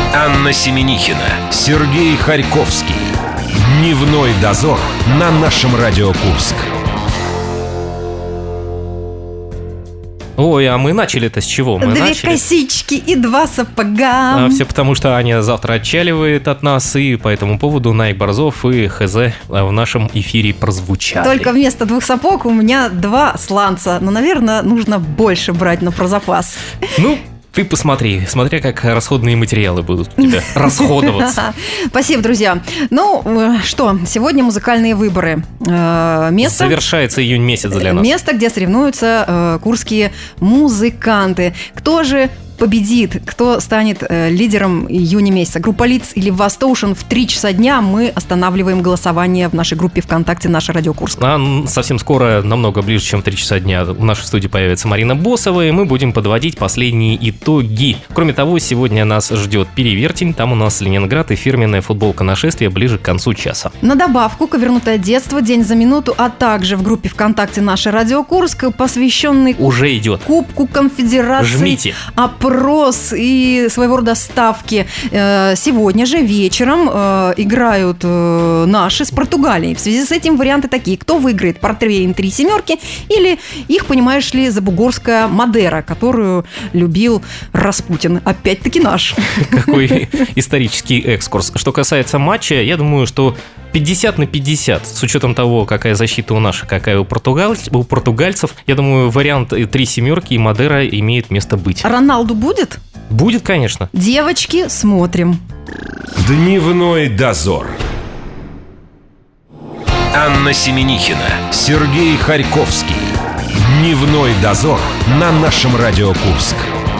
Анна Семенихина, Сергей Харьковский. Дневной дозор на нашем Радио Курск. Ой, а мы начали-то с чего? Две косички и два сапога. Все потому, что Аня завтра отчаливает от нас, и по этому поводу Найк Борзов и ХЗ в нашем эфире прозвучали. Только вместо 2 сапог у меня 2 сланца. Но, наверное, нужно больше брать на прозапас. Ты посмотри, смотря как расходные материалы будут у тебя расходоваться. Спасибо, друзья. Что, сегодня музыкальные выборы. Завершается июнь месяц для нас. Место, где соревнуются курские музыканты. Кто же победит, кто станет лидером июня месяца? Группа Лиц или Востоушен? В 3 часа дня мы останавливаем голосование в нашей группе ВКонтакте «Наша Радио Курск». Совсем скоро, намного ближе, чем в 3 часа дня, в нашей студии появится Марина Босова, и мы будем подводить последние итоги. Кроме того, сегодня нас ждет перевертень, там у нас Ленинград и фирменная футболка нашествия ближе к концу часа. На добавку «Ковернутое детство», «День за минуту», а также в группе ВКонтакте «Наша Радио Курск», посвященный уже идет Кубку Конфедерации. Жмите. Опрос и своего рода ставки. Сегодня же вечером играют наши с Португалией. В связи с этим варианты такие. Кто выиграет? Портвейн 3 семерки или их, понимаешь ли, забугорская Мадера, которую любил Распутин. Опять-таки наш. Какой исторический экскурс. Что касается матча, я думаю, что 50/50, с учетом того, какая защита у наших, какая у португальцев. Я думаю, вариант 3 семерки и Мадера имеет место быть. Роналду будет? Будет, конечно. Девочки, смотрим. Дневной дозор. Анна Семенихина, Сергей Харьковский. Дневной дозор на нашем Радио Курск.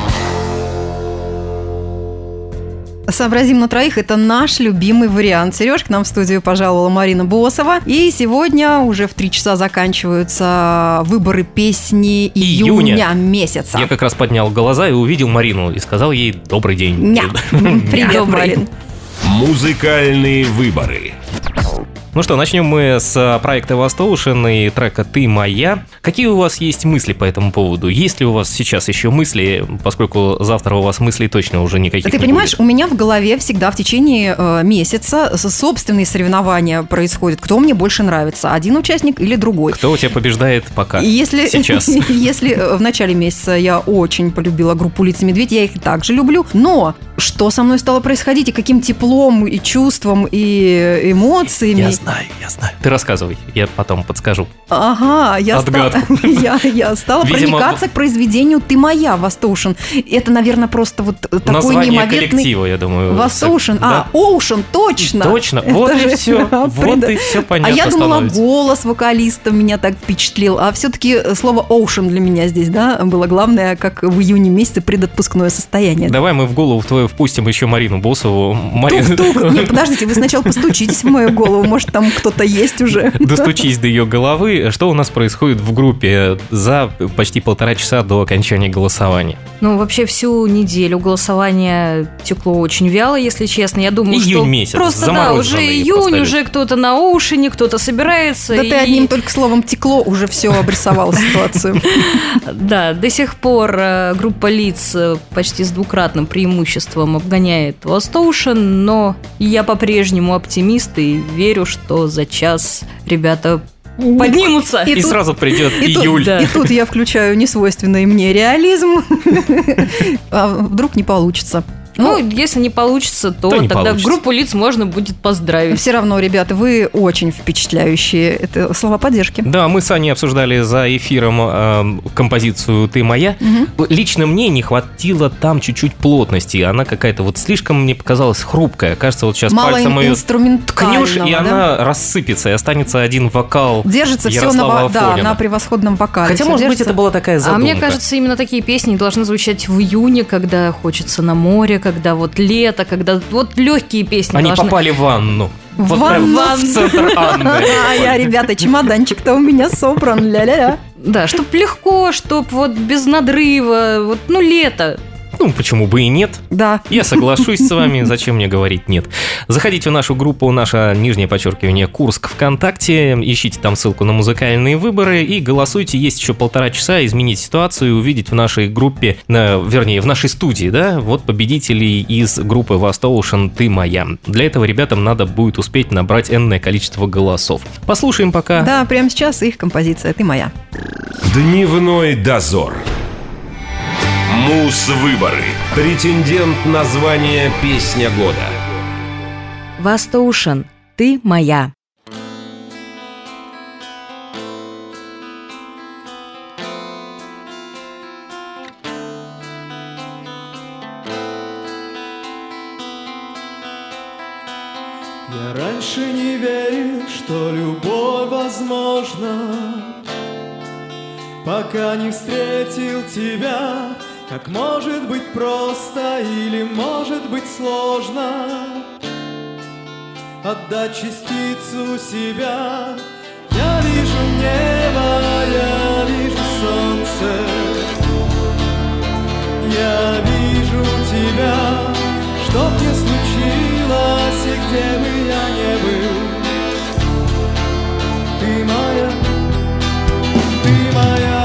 Сообразим на троих, это наш любимый вариант. Сереж, к нам в студию пожаловала Марина Босова. И сегодня уже в 3 часа заканчиваются выборы песни июня месяца. Я как раз поднял глаза и увидел Марину и сказал ей добрый день. Привет, Марин. Музыкальные выборы. Ну что, начнем мы с проекта Востоушен и трека «Ты моя». Какие у вас есть мысли по этому поводу? Есть ли у вас сейчас еще мысли, поскольку завтра у вас мыслей точно уже никаких не будет? Ты понимаешь, у меня в голове всегда в течение месяца собственные соревнования происходят. Кто мне больше нравится, один участник или другой? Кто у тебя побеждает пока, сейчас? Если в начале месяца я очень полюбила группу «Лиц и Медведь», я их также люблю, но что со мной стало происходить и каким теплом и чувством и эмоциями? Я знаю. Ты рассказывай, я потом подскажу. Ага, я стала проникаться к произведению «Ты моя», Востоушен. Это, наверное, просто вот такой название неимоверный... коллектива, я думаю. Востоушен, Оушен, точно. Точно, вот и все, понятно. А я думала, голос вокалиста меня так впечатлил. А все-таки слово «Оушен» для меня здесь, да, было главное, как в июне месяце предотпускное состояние. Давай мы в голову твою впустим еще Марину Босову. Тук-тук. Нет, подождите, вы сначала постучитесь в мою голову, может, там кто-то есть уже. Достучись до ее головы. Что у нас происходит в группе за почти 1,5 часа до окончания голосования? Вообще всю неделю голосование текло очень вяло, если честно. Я думаю, июнь что месяц, просто уже июнь, уже кто-то на Оушене, кто-то собирается. Да ты одним только словом «текло» уже все обрисовал ситуацию. Да, до сих пор группа Лиц почти с 2-кратным преимуществом обгоняет Востоушен, но я по-прежнему оптимист и верю, что за час ребята поднимутся. И сразу придет июль. И тут я включаю несвойственный мне реализм. А вдруг не получится? Если не получится, то тогда группу Лиц можно будет поздравить. Все равно, ребята, вы очень впечатляющие. Это слова поддержки. Да, мы с Аней обсуждали за эфиром композицию «Ты моя». Лично мне не хватило там чуть-чуть плотности. Она какая-то слишком, мне показалась, хрупкая. Кажется, вот сейчас пальцем ее ткнешь, и она рассыпется, и останется один вокал. Держится все на превосходном вокале. Хотя, может быть, это была такая задумка. А мне кажется, именно такие песни должны звучать в июне, когда хочется на море, когда лето, когда легкие песни они должны... попали в ванну. В ванну? В центр Анны. Ребята, чемоданчик-то у меня собран, ля-ля-ля. Да, чтоб легко, чтоб без надрыва, лето. Ну, почему бы и нет? Да. Я соглашусь с вами, зачем мне говорить нет. Заходите в нашу группу, наша _Курск ВКонтакте, ищите там ссылку на музыкальные выборы и голосуйте. Есть еще 1,5 часа изменить ситуацию и увидеть в нашей группе, вернее, в нашей студии, да, вот победителей из группы Востоушен «Ты моя». Для этого ребятам надо будет успеть набрать энное количество голосов. Послушаем пока. Да, прямо сейчас их композиция «Ты моя». Дневной дозор. Муз-выборы. Претендент на звание «Песня года». Востоушен, «Ты моя». Я раньше не верил, что любовь возможна, пока не встретил тебя. Как может быть просто или может быть сложно отдать частицу себя? Я вижу небо, я вижу солнце, я вижу тебя. Что б ни случилось и где бы я ни был, ты моя, ты моя.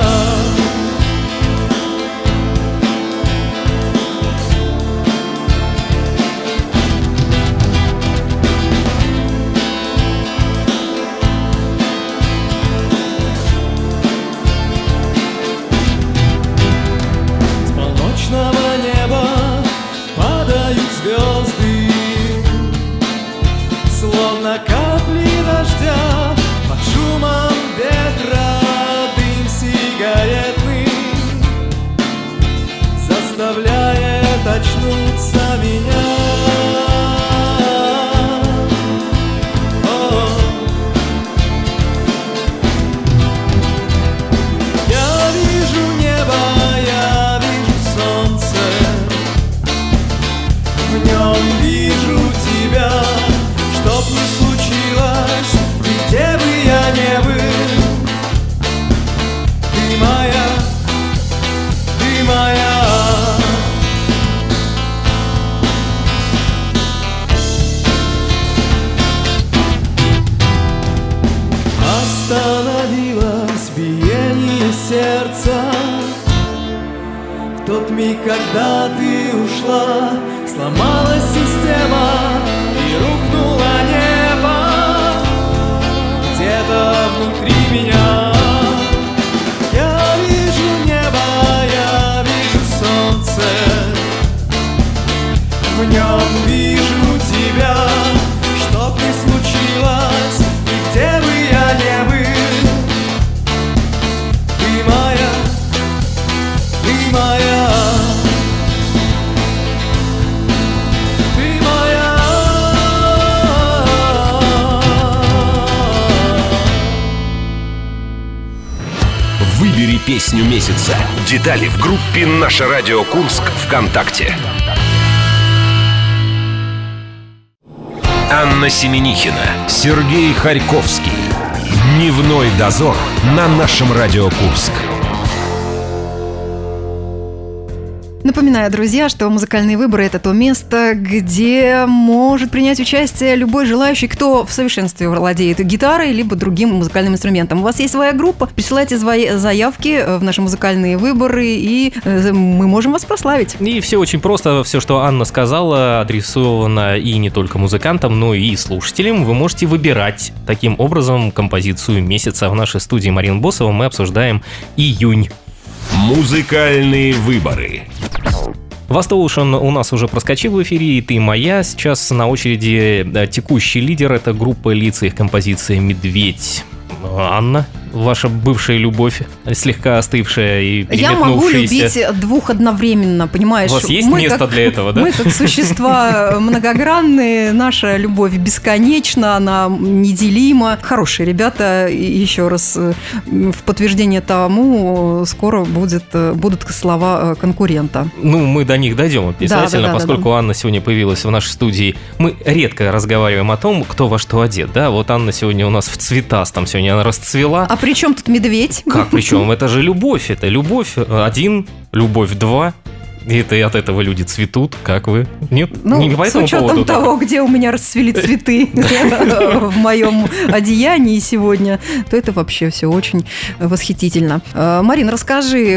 Звезды, словно капли дождя, под шумом ветра дым сигаретный заставляет очнуться меня. Я вижу небо, я вижу солнце, в нем вижу тебя. Чтоб ни случилось, и где бы я ни был, ты моя, ты моя. Остановилось биение сердца в тот миг, когда ты ушла. Сломалась система и рухнуло небо где-то внутри меня. Я вижу небо, я вижу солнце, в нем вижу тебя. Что б ни случилось, и где бы я ни был, ты моя, ты моя. Выбери песню месяца. Детали в группе «Наше радио Курск» ВКонтакте. Анна Семенихина, Сергей Харьковский. Дневной дозор на нашем радио Курск. Напоминаю, друзья, что музыкальные выборы – это то место, где может принять участие любой желающий, кто в совершенстве владеет гитарой либо другим музыкальным инструментом. У вас есть своя группа, присылайте свои заявки в наши музыкальные выборы, и мы можем вас прославить. И все очень просто. Все, что Анна сказала, адресовано и не только музыкантам, но и слушателям. Вы можете выбирать таким образом композицию месяца. В нашей студии Марина Босова мы обсуждаем июнь. Музыкальные выборы. Востоушен у нас уже проскочил в эфире, и «Ты моя». Сейчас на очереди текущий лидер, это группа лиц, их композиция «Медведь». Анна, ваша бывшая любовь, слегка остывшая и переметнувшаяся. Я могу любить двух одновременно, понимаешь? У вас есть место для этого, да? Мы как существа многогранные, наша любовь бесконечна, она неделима. Хорошие ребята, еще раз в подтверждение тому скоро будут слова конкурента. Ну, мы до них дойдем обязательно, поскольку Анна сегодня появилась в нашей студии. Мы редко разговариваем о том, кто во что одет, да? Вот Анна сегодня у нас в цветастом, сегодня она расцвела. А при чем тут медведь? Как при чем? Это же любовь. Это любовь 1, любовь 2. И от этого люди цветут, как вы? Нет? Ну, не по этому с учетом поводу, того, где у меня расцвели цветы в моем одеянии сегодня, то это вообще все очень восхитительно. Марин, расскажи,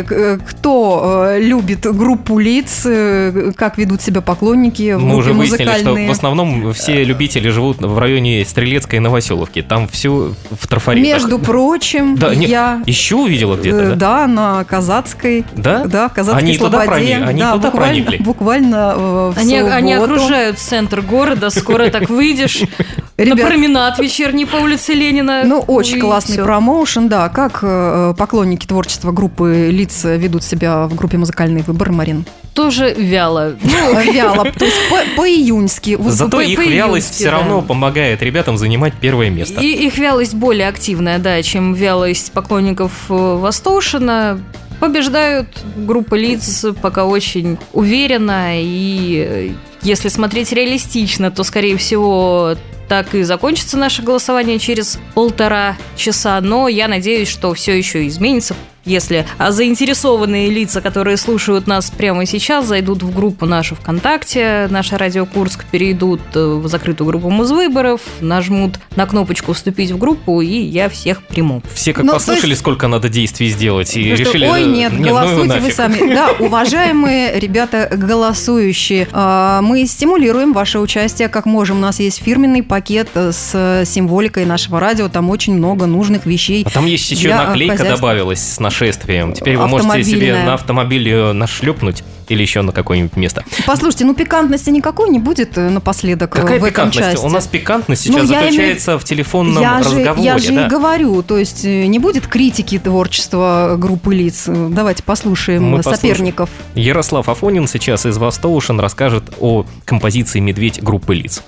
кто любит группу лиц, как ведут себя поклонники в Мы группе уже выяснили, что музыкальные? в основном все любители живут в районе Стрелецкой и Новоселовки. Там все в трафаретах. Между прочим, Да, нет, я... еще увидела где-то, да? Да, на Казацкой. Да? Да, в Казацкой Они туда Слободе. они Да, туда проникли. буквально в Они субботу. окружают центр города, скоро так выйдешь на Ребят, променад вечерний по улице Ленина. ну, очень и классный всё. промоушен, да. Как поклонники творчества группы лиц ведут себя в группе «Музыкальный выбор», Марин? Тоже вяло. Вяло, то есть по-июньски. Вот Зато их по-июнски, вялость все да. равно помогает ребятам занимать первое место. И их вялость более активная, да, чем вялость поклонников Востоушина. Побеждают группы лиц пока очень уверенно, и если смотреть реалистично, то, скорее всего, так и закончится наше голосование через 1,5 часа, но я надеюсь, что все еще изменится. Если заинтересованные лица, которые слушают нас прямо сейчас, зайдут в группу нашу ВКонтакте, наша Радио Курск, перейдут в закрытую группу Музвыборов, нажмут на кнопочку «Вступить в группу», и я всех приму. Все как Ну, послушали, то есть- сколько надо действий сделать, и Потому что, решили... ой, нет, ну его голосуйте вы нафиг. сами. Да, уважаемые ребята голосующие, мы стимулируем ваше участие как можем. У нас есть фирменный пакет с символикой нашего радио. Там очень много нужных вещей. А там есть еще для наклейка хозяйства. добавилась с нашествием. Теперь вы можете себе Автомобильная. на автомобиль ее нашлепнуть или еще на какое-нибудь место. Послушайте, ну пикантности никакой не будет напоследок Какая в этом пикантность? части. У нас пикантность Ну, сейчас я заключается в телефонном я разговоре. же да? и говорю, то есть не будет критики творчества группы лиц. Давайте послушаем Мы послушаем. соперников. Ярослав Афонин сейчас из Востоушен расскажет о композиции «Медведь» группы лиц.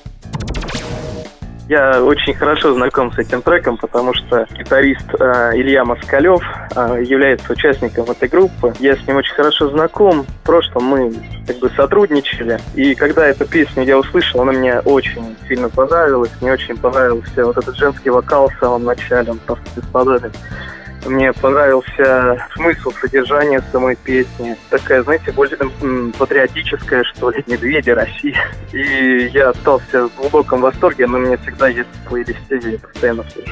Я очень хорошо знаком с этим треком, потому что гитарист Илья Москалев является участником этой группы. Я с ним очень хорошо знаком. В прошлом мы как бы сотрудничали. И когда эту песню я услышал, она мне очень сильно понравилась. Мне очень понравился вот этот женский вокал в самом начале, он просто бесподобен. Мне понравился смысл, содержание самой песни. Такая, знаете, более патриотическая, что ли, «Медведи, Россия». И я остался в глубоком восторге, но у меня всегда есть в плейлисте, я постоянно слышу.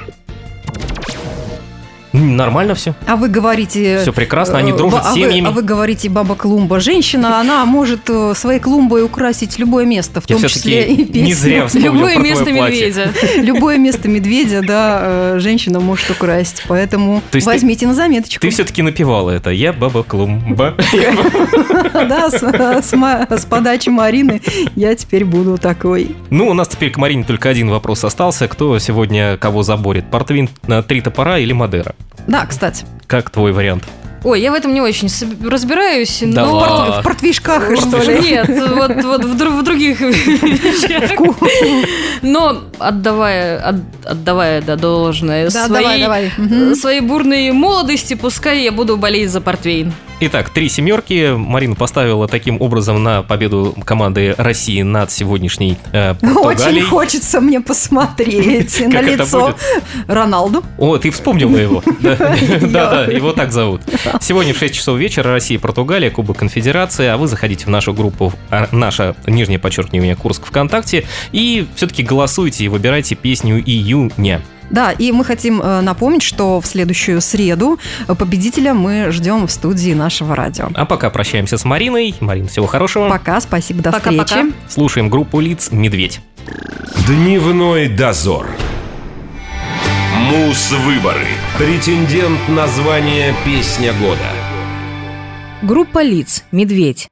Нормально все. А вы говорите... Все прекрасно, они дружат с семьями. А вы говорите, баба клумба. Женщина, она может своей клумбой украсить любое место, в Я том все-таки числе и песню. не зря вспомнил Любое про место твое платье. медведя. Любое место медведя, да, женщина может украсть. Поэтому То есть возьмите на заметочку. Ты все-таки напевала это. Я баба клумба. Да, с подачи Марины я теперь буду такой. Ну, у нас теперь к Марине только один вопрос остался. Кто сегодня кого заборет? Портвейн, «Три топора» или Мадера? Да, кстати. Как твой вариант? Ой, я в этом не очень разбираюсь, Да но... ладно. В портвишках, что ли? Нет, вот в других вещах. Но отдавая да, должное Да, давай. Мгм. своей бурной молодости, пускай я буду болеть за портвейн. Итак, 3 семерки. Марина поставила таким образом на победу команды России над сегодняшней Очень Португалией. хочется мне посмотреть на Как это лицо будет? Роналду. О, ты вспомнила его. Да, его так зовут. Сегодня в 6 часов вечера Россия и Португалия, Кубок Конфедерации. А вы заходите в нашу группу, наша, нижнее подчеркивание, Курск ВКонтакте, и все-таки голосуйте и выбирайте песню июня. Да, и мы хотим напомнить, что в следующую среду победителя мы ждем в студии нашего радио. А пока прощаемся с Мариной. Марин, всего хорошего. Пока, спасибо, до Пока-пока. встречи. Слушаем группу лиц «Медведь». Дневной дозор. Музвыборы. Претендент на звание «Песня года». Группа лиц «Медведь».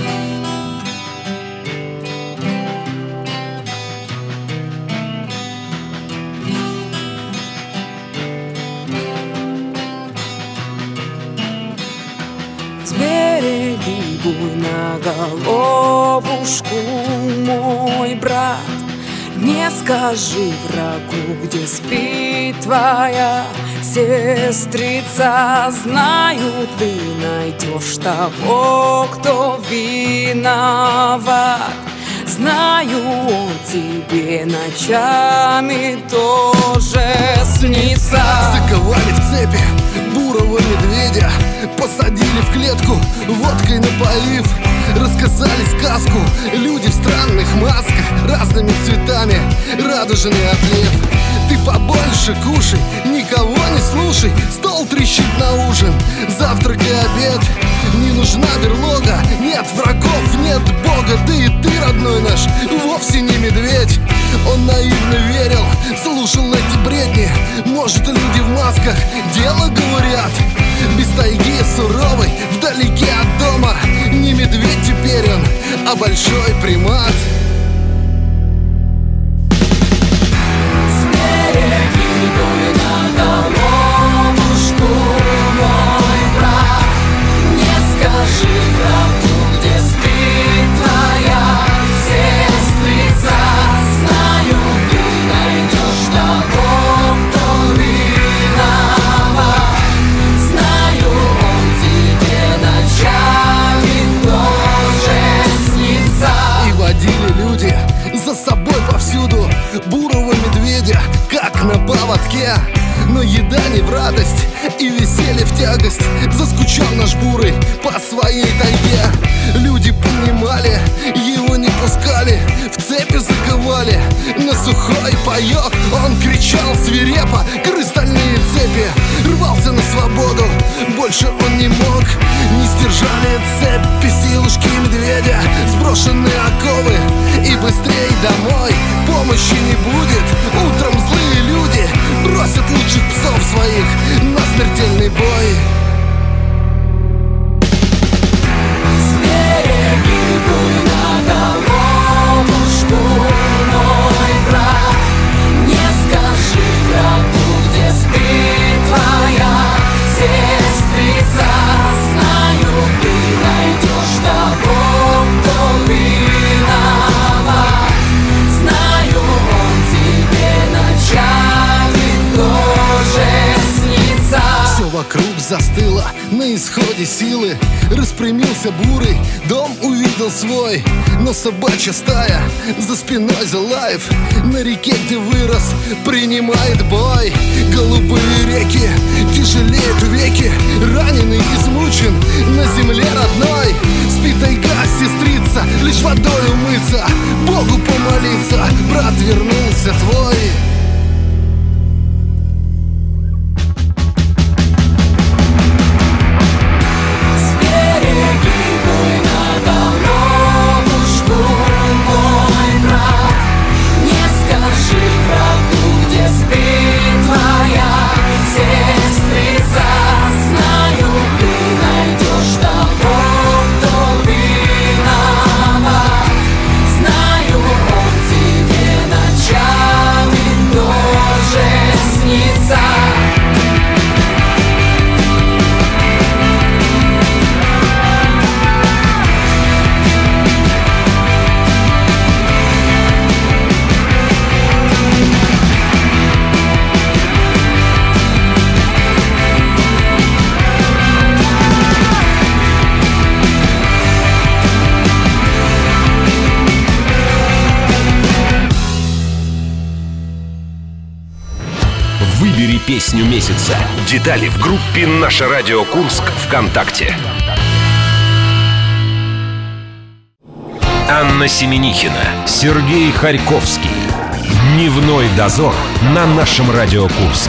Сбереги буйно головушку, мой брат. Не скажи врагу, где спит твоя сестрица. Знаю, ты найдешь того, кто виноват. Знаю, он тебе ночами тоже снится. Заковали в цепи, бурого медведя посадили в клетку, водкой напоив. Рассказали сказку люди в странных масках, разными цветами радужный отлив. Ты побольше кушай, никого не слушай, стол трещит на ужин, завтрак и обед. Не нужна берлога, нет врагов, нет Бога. Да и ты, родной наш, вовсе не медведь. Он наивно верил, слушал эти бредни. Может, люди в масках дело говорят. Без тайги суровой, вдалеке от дома. Не медведь теперь он, а большой примат. За собой повсюду бурого медведя, как на поводке. Но еда не в радость и веселье в тягость. Заскучал наш бурый по своей тайге. Люди понимали, его не пускали, в цепи заковали. На сухой паёк он кричал свирепо, грыз стальные цепи, рвался на свободу, больше он не мог. Не сдержали цепи силушки медведя, сброшенные оковы и быстрей домой. Помощи не будет, утром злые люди бросят лучших псов своих на смертельный бой. Вокруг застыло на исходе силы. Распрямился бурый, дом увидел свой. Но собачья стая за спиной залаев на реке, где вырос, принимает бой. Голубые реки, тяжелеют веки, раненый, измучен на земле родной. Спит тайга, сестрица, лишь водой умыться, Богу помолиться, брат вернулся твой. Выбери песню месяца. Детали в группе «Наше радио Курск» ВКонтакте. Анна Семенихина, Сергей Харьковский. Дневной дозор на нашем радио Курск.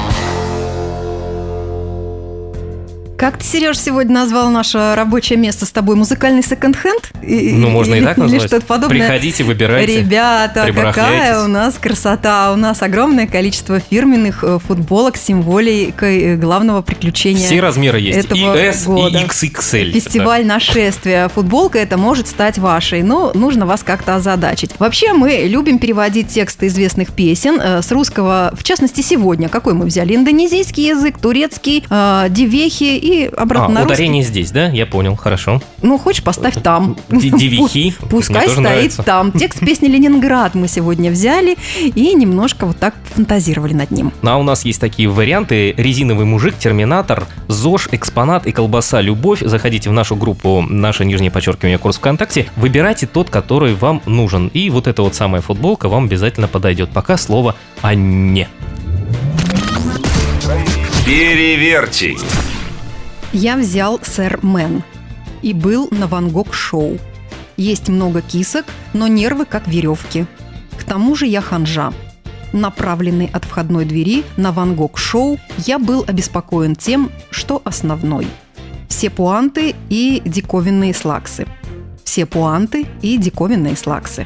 Как ты, Сереж, сегодня назвал наше рабочее место с тобой? Музыкальный секонд-хенд? Ну, можно и так назвать. Или что-то подобное. Приходите, выбирайте. Ребята, какая у нас красота. У нас огромное количество фирменных футболок с символикой главного приключения. Все размеры есть. Этого и S, года. и XXL. Фестиваль нашествия. Футболка эта может стать вашей, но нужно вас как-то озадачить. Вообще, мы любим переводить тексты известных песен с русского, в частности, сегодня. Какой мы взяли? Индонезийский язык, турецкий, дивехи и обратно на русский. Ударение здесь, да? Я понял, хорошо. Ну, хочешь, поставь там. Девихи. Пускай стоит нравится. Там. Текст песни «Ленинград» мы сегодня взяли и немножко вот так фантазировали над ним. Ну, а у нас есть такие варианты. «Резиновый мужик», «Терминатор», «ЗОЖ», «Экспонат» и «Колбаса Любовь». Заходите в нашу группу «Наше нижнее подчеркивание Курск ВКонтакте». Выбирайте тот, который вам нужен. И вот эта вот самая футболка вам обязательно подойдет. Пока слово «Анне». Переверьте. Я взял сэр Мэн и был на Ван Гог шоу. Есть много кисок, но нервы как веревки. К тому же я ханжа. Направленный от входной двери на Ван Гог шоу, я был обеспокоен тем, что основной. Все пуанты и диковинные слаксы. Все пуанты и диковинные слаксы.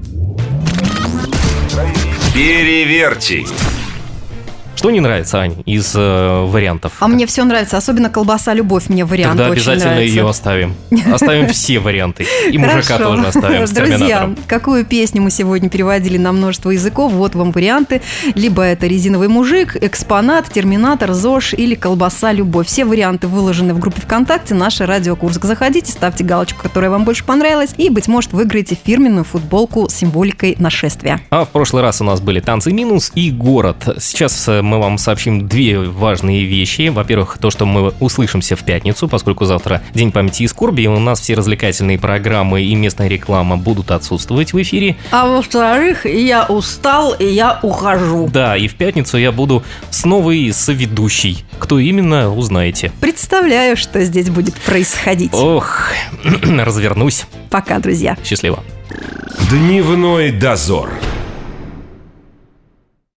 Переверьте. Что не нравится, Ань, из вариантов? А мне все нравится, особенно колбаса «Любовь» мне вариант Тогда очень обязательно нравится. ее оставим. Оставим все варианты. И мужика Хорошо. тоже оставим с Друзья, терминатором. какую песню мы сегодня переводили на множество языков? Вот вам варианты. Либо это «Резиновый мужик», «Экспонат», «Терминатор», «ЗОЖ» или «Колбаса «Любовь». Все варианты выложены в группе ВКонтакте «Наша Радио Курск». Заходите, ставьте галочку, которая вам больше понравилась, и, быть может, выиграете фирменную футболку с символикой нашествия. А в прошлый раз у нас были «Танцы минус» и «Город». Сейчас мы вам сообщим две важные вещи. Во-первых, то, что мы услышимся в пятницу, поскольку завтра День памяти и скорби, и у нас все развлекательные программы и местная реклама будут отсутствовать в эфире. А во-вторых, я устал, и я ухожу. Да, и в пятницу я буду с новой соведущей. Кто именно, узнаете. Представляю, что здесь будет происходить. Ох, развернусь. Пока, друзья. Счастливо. Дневной дозор.